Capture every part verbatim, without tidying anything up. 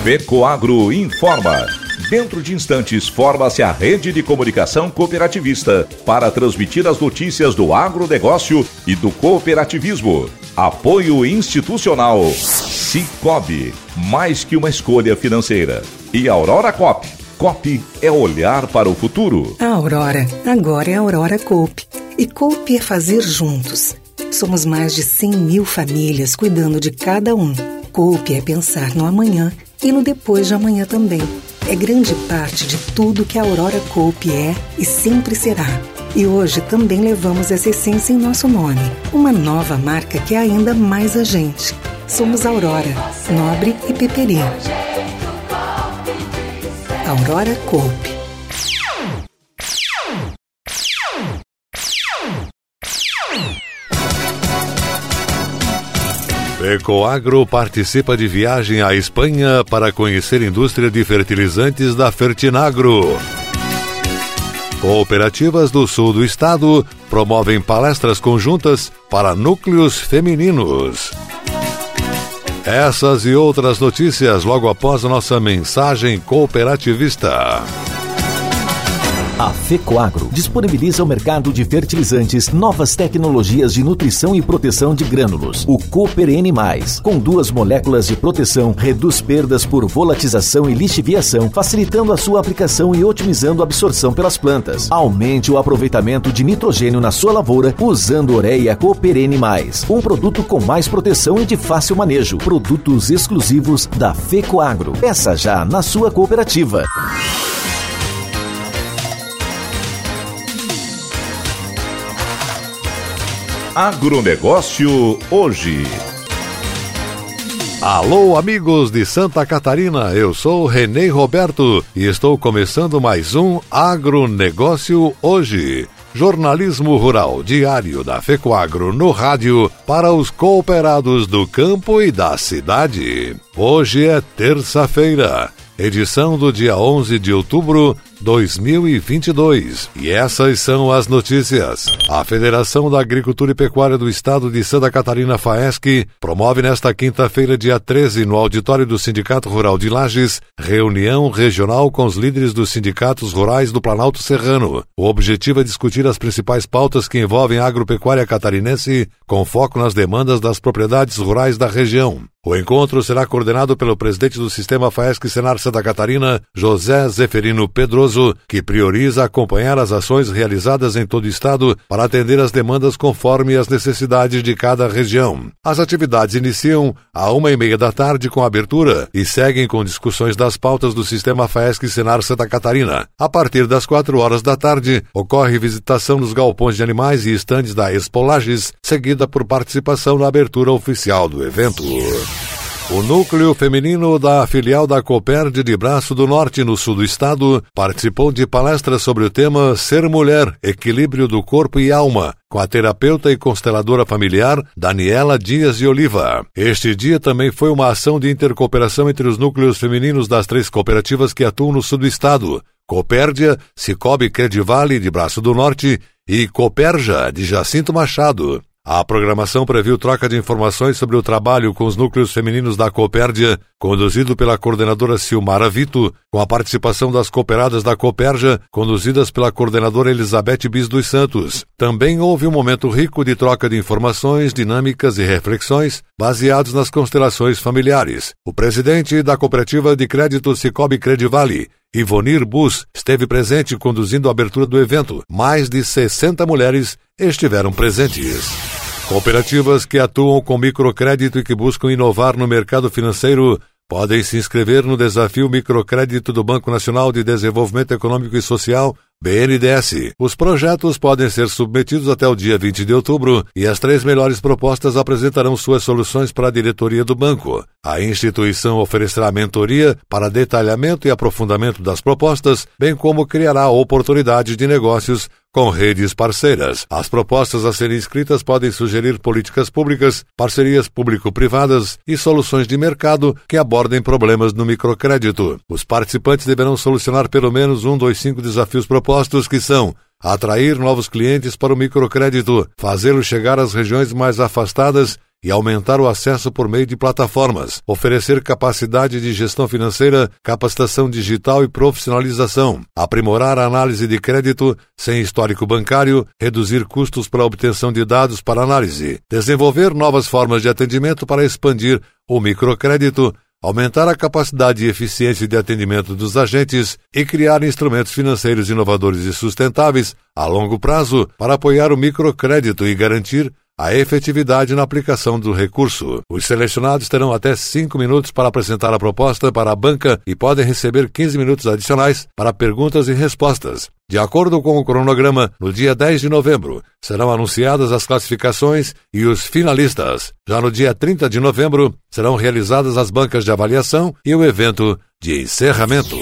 FECOAGRO informa. Dentro de instantes, forma-se a rede de comunicação cooperativista para transmitir as notícias do agronegócio e do cooperativismo. Apoio institucional. Cicobi, mais que uma escolha financeira. E Aurora Coop. Coop é olhar para o futuro. A Aurora, agora é a Aurora Coop. E Coop é fazer juntos. Somos mais de cem mil famílias cuidando de cada um. Coop é pensar no amanhã e no depois de amanhã também. É grande parte de tudo que a Aurora Coop é e sempre será. E hoje também levamos essa essência em nosso nome. Uma nova marca que é ainda mais a gente. Somos Aurora, Nobre e Peperi. Aurora Coop. FECOAGRO participa de viagem à Espanha para conhecer a indústria de fertilizantes da Fertinagro. Cooperativas do sul do estado promovem palestras conjuntas para núcleos femininos. Essas e outras notícias logo após a nossa mensagem cooperativista. A FECOAGRO disponibiliza ao mercado de fertilizantes novas tecnologias de nutrição e proteção de grânulos. O Cooper N mais, com duas moléculas de proteção, reduz perdas por volatização e lixiviação, facilitando a sua aplicação e otimizando a absorção pelas plantas. Aumente o aproveitamento de nitrogênio na sua lavoura usando Ureia Cooper N mais, um produto com mais proteção e de fácil manejo. Produtos exclusivos da FECOAGRO. Peça já na sua cooperativa. Agronegócio hoje. Alô, amigos de Santa Catarina, eu sou Renê Roberto e estou começando mais um Agronegócio hoje. Jornalismo rural diário da FECOAGRO no rádio para os cooperados do campo e da cidade. Hoje é terça-feira, edição do dia onze de outubro de dois mil e vinte e dois. E essas são as notícias. A Federação da Agricultura e Pecuária do Estado de Santa Catarina, FAESC, promove nesta quinta-feira, dia treze, no auditório do Sindicato Rural de Lages, reunião regional com os líderes dos sindicatos rurais do Planalto Serrano. O objetivo é discutir as principais pautas que envolvem a agropecuária catarinense, com foco nas demandas das propriedades rurais da região. O encontro será coordenado pelo presidente do Sistema FAESC Senar Santa Catarina, José Zeferino Pedroso, que prioriza acompanhar as ações realizadas em todo o estado para atender as demandas conforme as necessidades de cada região. As atividades iniciam à uma e meia da tarde com a abertura e seguem com discussões das pautas do Sistema FAESC Senar Santa Catarina. A partir das quatro horas da tarde, ocorre visitação nos galpões de animais e estandes da Expo Lages, seguida por participação na abertura oficial do evento. O núcleo feminino da filial da Cooperj de Braço do Norte, no sul do estado, participou de palestras sobre o tema Ser Mulher, Equilíbrio do Corpo e Alma, com a terapeuta e consteladora familiar Daniela Dias de Oliva. Este dia também foi uma ação de intercooperação entre os núcleos femininos das três cooperativas que atuam no sul do estado: Copérdia, Cicobi Credivale de Braço do Norte e Cooperja de Jacinto Machado. A programação previu troca de informações sobre o trabalho com os núcleos femininos da Copérdia, conduzido pela coordenadora Silmara Vito, com a participação das cooperadas da Cooperja, conduzidas pela coordenadora Elizabeth Bis dos Santos. Também houve um momento rico de troca de informações, dinâmicas e reflexões, baseados nas constelações familiares. O presidente da Cooperativa de Crédito Cicobi Credivale, Ivonir Bus, esteve presente conduzindo a abertura do evento. Mais de sessenta mulheres estiveram presentes. Cooperativas que atuam com microcrédito e que buscam inovar no mercado financeiro podem se inscrever no Desafio Microcrédito do Banco Nacional de Desenvolvimento Econômico e Social, B N D E S. Os projetos podem ser submetidos até o dia vinte de outubro e as três melhores propostas apresentarão suas soluções para a diretoria do banco. A instituição oferecerá mentoria para detalhamento e aprofundamento das propostas, bem como criará oportunidades de negócios com redes parceiras. As propostas a serem inscritas podem sugerir políticas públicas, parcerias público-privadas e soluções de mercado que abordem problemas no microcrédito. Os participantes deverão solucionar pelo menos um dos cinco desafios propostos, que são: atrair novos clientes para o microcrédito, fazê-lo chegar às regiões mais afastadas e aumentar o acesso por meio de plataformas, oferecer capacidade de gestão financeira, capacitação digital e profissionalização, aprimorar a análise de crédito sem histórico bancário, reduzir custos para a obtenção de dados para análise, desenvolver novas formas de atendimento para expandir o microcrédito, aumentar a capacidade e eficiência de atendimento dos agentes e criar instrumentos financeiros inovadores e sustentáveis a longo prazo para apoiar o microcrédito e garantir a efetividade na aplicação do recurso. Os selecionados terão até cinco minutos para apresentar a proposta para a banca e podem receber quinze minutos adicionais para perguntas e respostas. De acordo com o cronograma, no dia dez de novembro, serão anunciadas as classificações e os finalistas. Já no dia trinta de novembro, serão realizadas as bancas de avaliação e o evento de encerramento.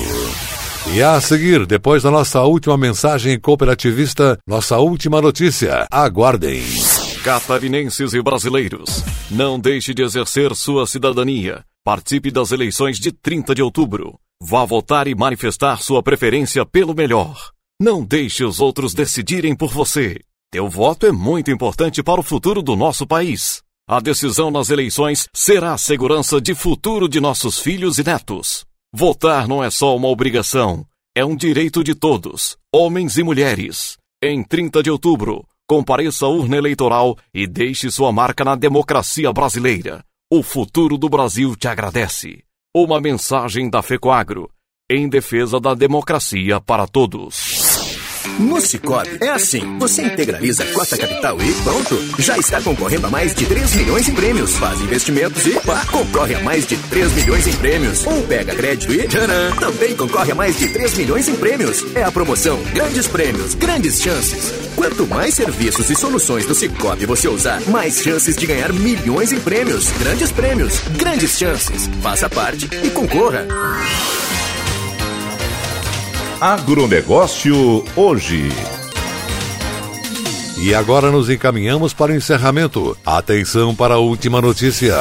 E a seguir, depois da nossa última mensagem cooperativista, nossa última notícia. Aguardem. Catarinenses e brasileiros, não deixe de exercer sua cidadania. Participe das eleições de trinta de outubro. Vá votar e manifestar sua preferência pelo melhor. Não deixe os outros decidirem por você. Teu voto é muito importante para o futuro do nosso país. A decisão nas eleições será a segurança de futuro de nossos filhos e netos. Votar não é só uma obrigação, é um direito de todos, homens e mulheres. Em trinta de outubro, compareça à urna eleitoral e deixe sua marca na democracia brasileira. O futuro do Brasil te agradece. Uma mensagem da FECOAGRO, em defesa da democracia para todos. No Sicoob é assim, você integraliza a cota capital e pronto, já está concorrendo a mais de três milhões em prêmios. Faz investimentos e pá, concorre a mais de três milhões em prêmios. Ou pega crédito e tcharam, também concorre a mais de três milhões em prêmios. É a promoção Grandes Prêmios, Grandes Chances. Quanto mais serviços e soluções do Sicoob você usar, mais chances de ganhar milhões em prêmios. Grandes Prêmios, Grandes Chances. Faça parte e concorra. Agronegócio hoje. E agora nos encaminhamos para o encerramento. Atenção para a última notícia.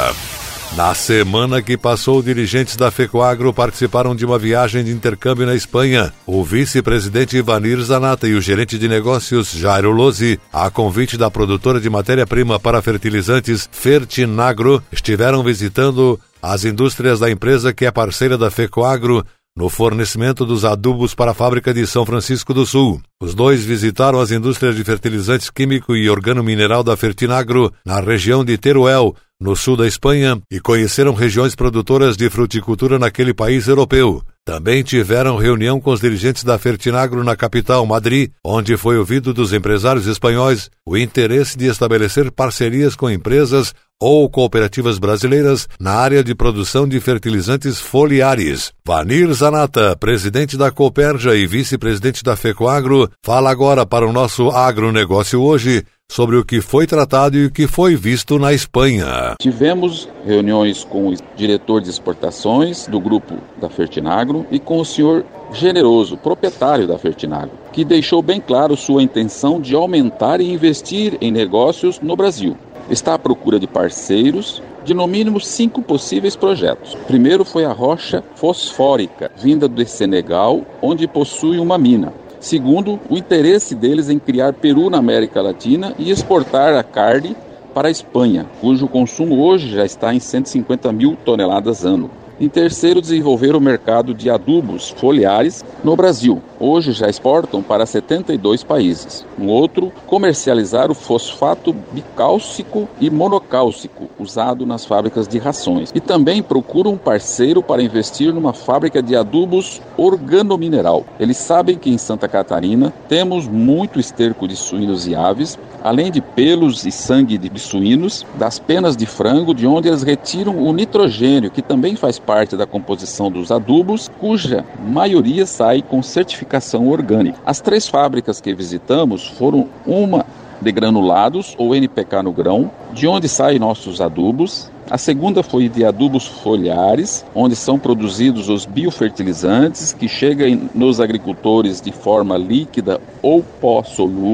Na semana que passou, dirigentes da FECOAGRO participaram de uma viagem de intercâmbio na Espanha. O vice-presidente Ivanir Zanata e o gerente de negócios Jairo Lozzi, a convite da produtora de matéria-prima para fertilizantes Fertinagro, estiveram visitando as indústrias da empresa que é parceira da FECOAGRO no fornecimento dos adubos para a fábrica de São Francisco do Sul. Os dois visitaram as indústrias de fertilizantes químico e organomineral da Fertinagro, na região de Teruel, no sul da Espanha, e conheceram regiões produtoras de fruticultura naquele país europeu. Também tiveram reunião com os dirigentes da Fertinagro na capital, Madrid, onde foi ouvido dos empresários espanhóis o interesse de estabelecer parcerias com empresas ou cooperativas brasileiras na área de produção de fertilizantes foliares. Vanir Zanata, presidente da Cooperja e vice-presidente da FECOAGRO, fala agora para o nosso agronegócio hoje sobre o que foi tratado e o que foi visto na Espanha. Tivemos reuniões com o diretor de exportações do grupo da Fertinagro e com o senhor Generoso, proprietário da Fertinagro, que deixou bem claro sua intenção de aumentar e investir em negócios no Brasil. Está à procura de parceiros de no mínimo cinco possíveis projetos. Primeiro foi a rocha fosfórica, vinda do Senegal, onde possui uma mina. Segundo, o interesse deles em criar peru na América Latina e exportar a carne para a Espanha, cujo consumo hoje já está em cento e cinquenta mil toneladas ano. Em terceiro, desenvolver o mercado de adubos foliares no Brasil. Hoje já exportam para setenta e dois países. Um outro, comercializar o fosfato bicálcico e monocálcico usado nas fábricas de rações. E também procura um parceiro para investir numa fábrica de adubos organomineral. Eles sabem que em Santa Catarina temos muito esterco de suínos e aves, além de pelos e sangue de suínos, das penas de frango, de onde eles retiram o nitrogênio, que também faz parte da composição dos adubos, cuja maioria sai com certificação orgânica. As três fábricas que visitamos foram uma de granulados, ou N P K no grão, de onde saem nossos adubos. A segunda foi de adubos foliares, onde são produzidos os biofertilizantes, que chegam nos agricultores de forma líquida ou pó solúvel.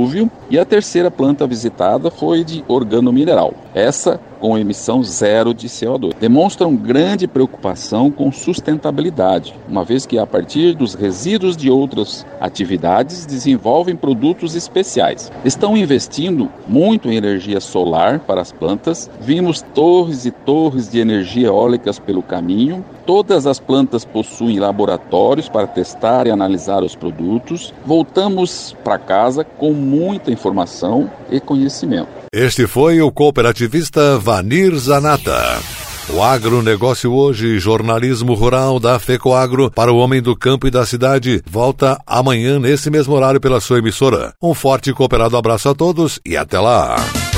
E a terceira planta visitada foi de organomineral. Essa com emissão zero de C O dois. Demonstram grande preocupação com sustentabilidade, uma vez que a partir dos resíduos de outras atividades desenvolvem produtos especiais. Estão investindo muito em energia solar para as plantas. Vimos torres e torres de energia eólicas pelo caminho. Todas as plantas possuem laboratórios para testar e analisar os produtos. Voltamos para casa com muita informação e conhecimento. Este foi o cooperativista Vanir Zanata. O agronegócio hoje, jornalismo rural da FECOAGRO para o homem do campo e da cidade, volta amanhã nesse mesmo horário pela sua emissora. Um forte e cooperado abraço a todos e até lá!